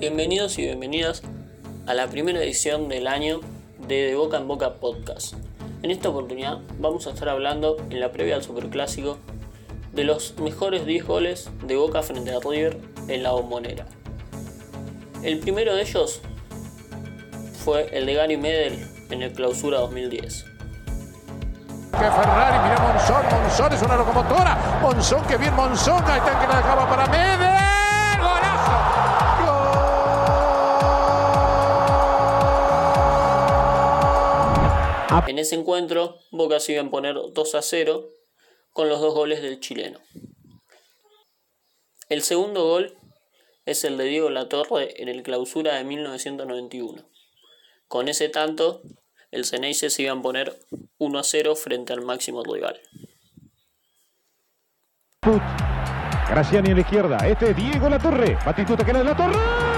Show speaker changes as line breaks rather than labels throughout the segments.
Bienvenidos y bienvenidas a la primera edición del año de Boca en Boca Podcast. En esta oportunidad vamos a estar hablando en la previa al Superclásico de los mejores 10 goles de Boca frente a River en la Bombonera. El primero de ellos fue el de Gary Medel en el Clausura 2010.
Que Ferrari, mira Monzón es una locomotora. Monzón, que bien Monzón, ahí está que la dejaba para Medel. ¡Golazo! ¡Gol!
En ese encuentro, Boca se iba a poner 2-0 con los 2 goles del chileno. El segundo gol es el de Diego Latorre en el Clausura de 1991. Con ese tanto, el Ceneice se iba a poner 1-0 frente al máximo rival.
Graciani en la izquierda, este es Diego Latorre. Batistuta que era de Latorre.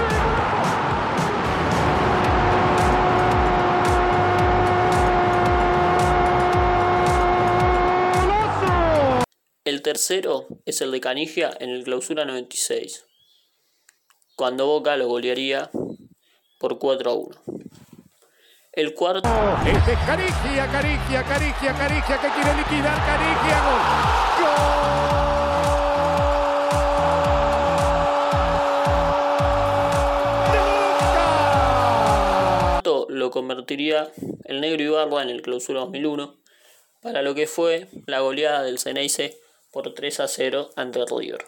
El tercero es el de Canigia en el Clausura 96, cuando Boca lo golearía por 4-1. El cuarto...
Este es Canigia, que quiere liquidar Canigia.
¡Gol! Lo convertiría el Negro Ibarra en el Clausura 2001, para lo que fue la goleada del Ceneice por 3-0 ante River.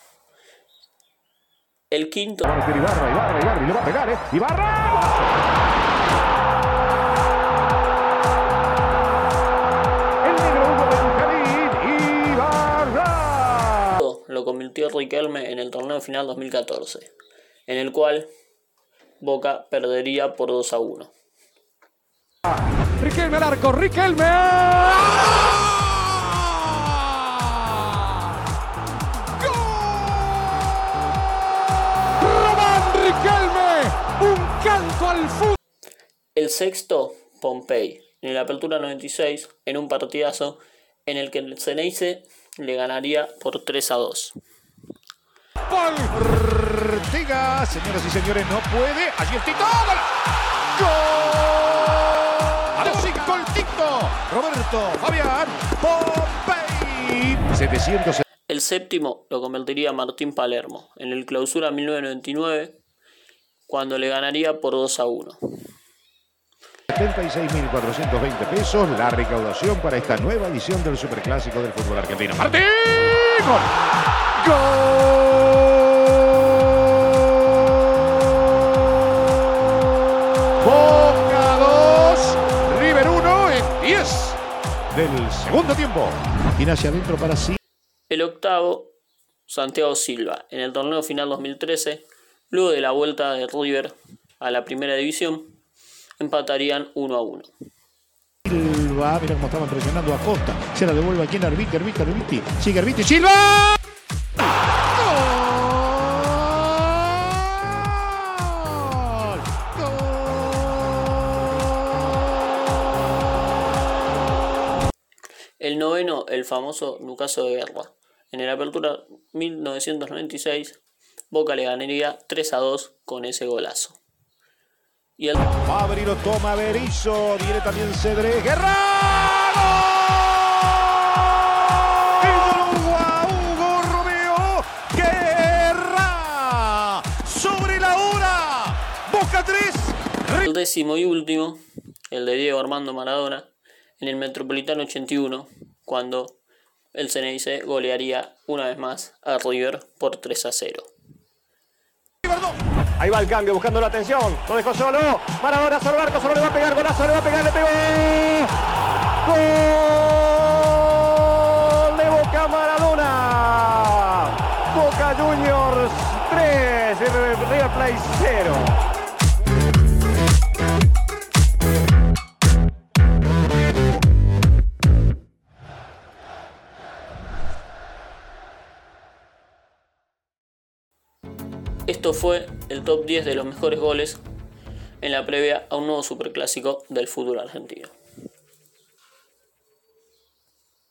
El quinto...
Ibarra, y le va a pegar, ¡Ibarra!
Lo convirtió Riquelme en el torneo final 2014, en el cual Boca perdería por 2-1.
Riquelme al arco, Riquelme. ¡Gol! Román Riquelme, un canto al fútbol.
El sexto, Pompey, en la Apertura 96, en un partidazo en el que el Ceneice le ganaría por 3-2.
Ortega, señoras y señores, no puede. Allí el Tito. ¡Gol! ¡A los 5 el Tito! Roberto, Fabián, Pompey. 700.
El séptimo lo convertiría Martín Palermo en el Clausura 1999, cuando le ganaría por 2-1.
76.420 pesos la recaudación para esta nueva edición del Superclásico del fútbol argentino. ¡Martín! ¡Gol! Boca 2, River 1 en 10 del segundo tiempo. Y hacia adentro para sí.
El octavo, Santiago Silva, en el torneo final 2013, luego de la vuelta de River a la primera división, empatarían 1-1.
Silva, mira cómo estaban presionando a Costa. Se la devuelve aquí en Arbiti. Sigue Arbiti, Silva.
El noveno, el famoso Lucaso de Guerra. En el Apertura 1996, Boca le ganaría 3-2 con ese golazo. Y el...
Fabri lo toma Berizzo, viene también Cedrés, Guerra. Hugo Romeo, Guerra. Sobre la hora, Boca 3.
El décimo y último, el de Diego Armando Maradona, en el Metropolitano 81, cuando el Ceneice golearía una vez más a River por 3-0.
Ahí va el cambio, buscando la atención. Lo dejó solo. Maradona sobre el arco, solo le va a pegar. Golazo, le va a pegar, le pegó. ¡Gol de Boca Maradona! Boca Juniors 3, River Plate 0.
Esto fue el top 10 de los mejores goles en la previa a un nuevo superclásico del fútbol argentino.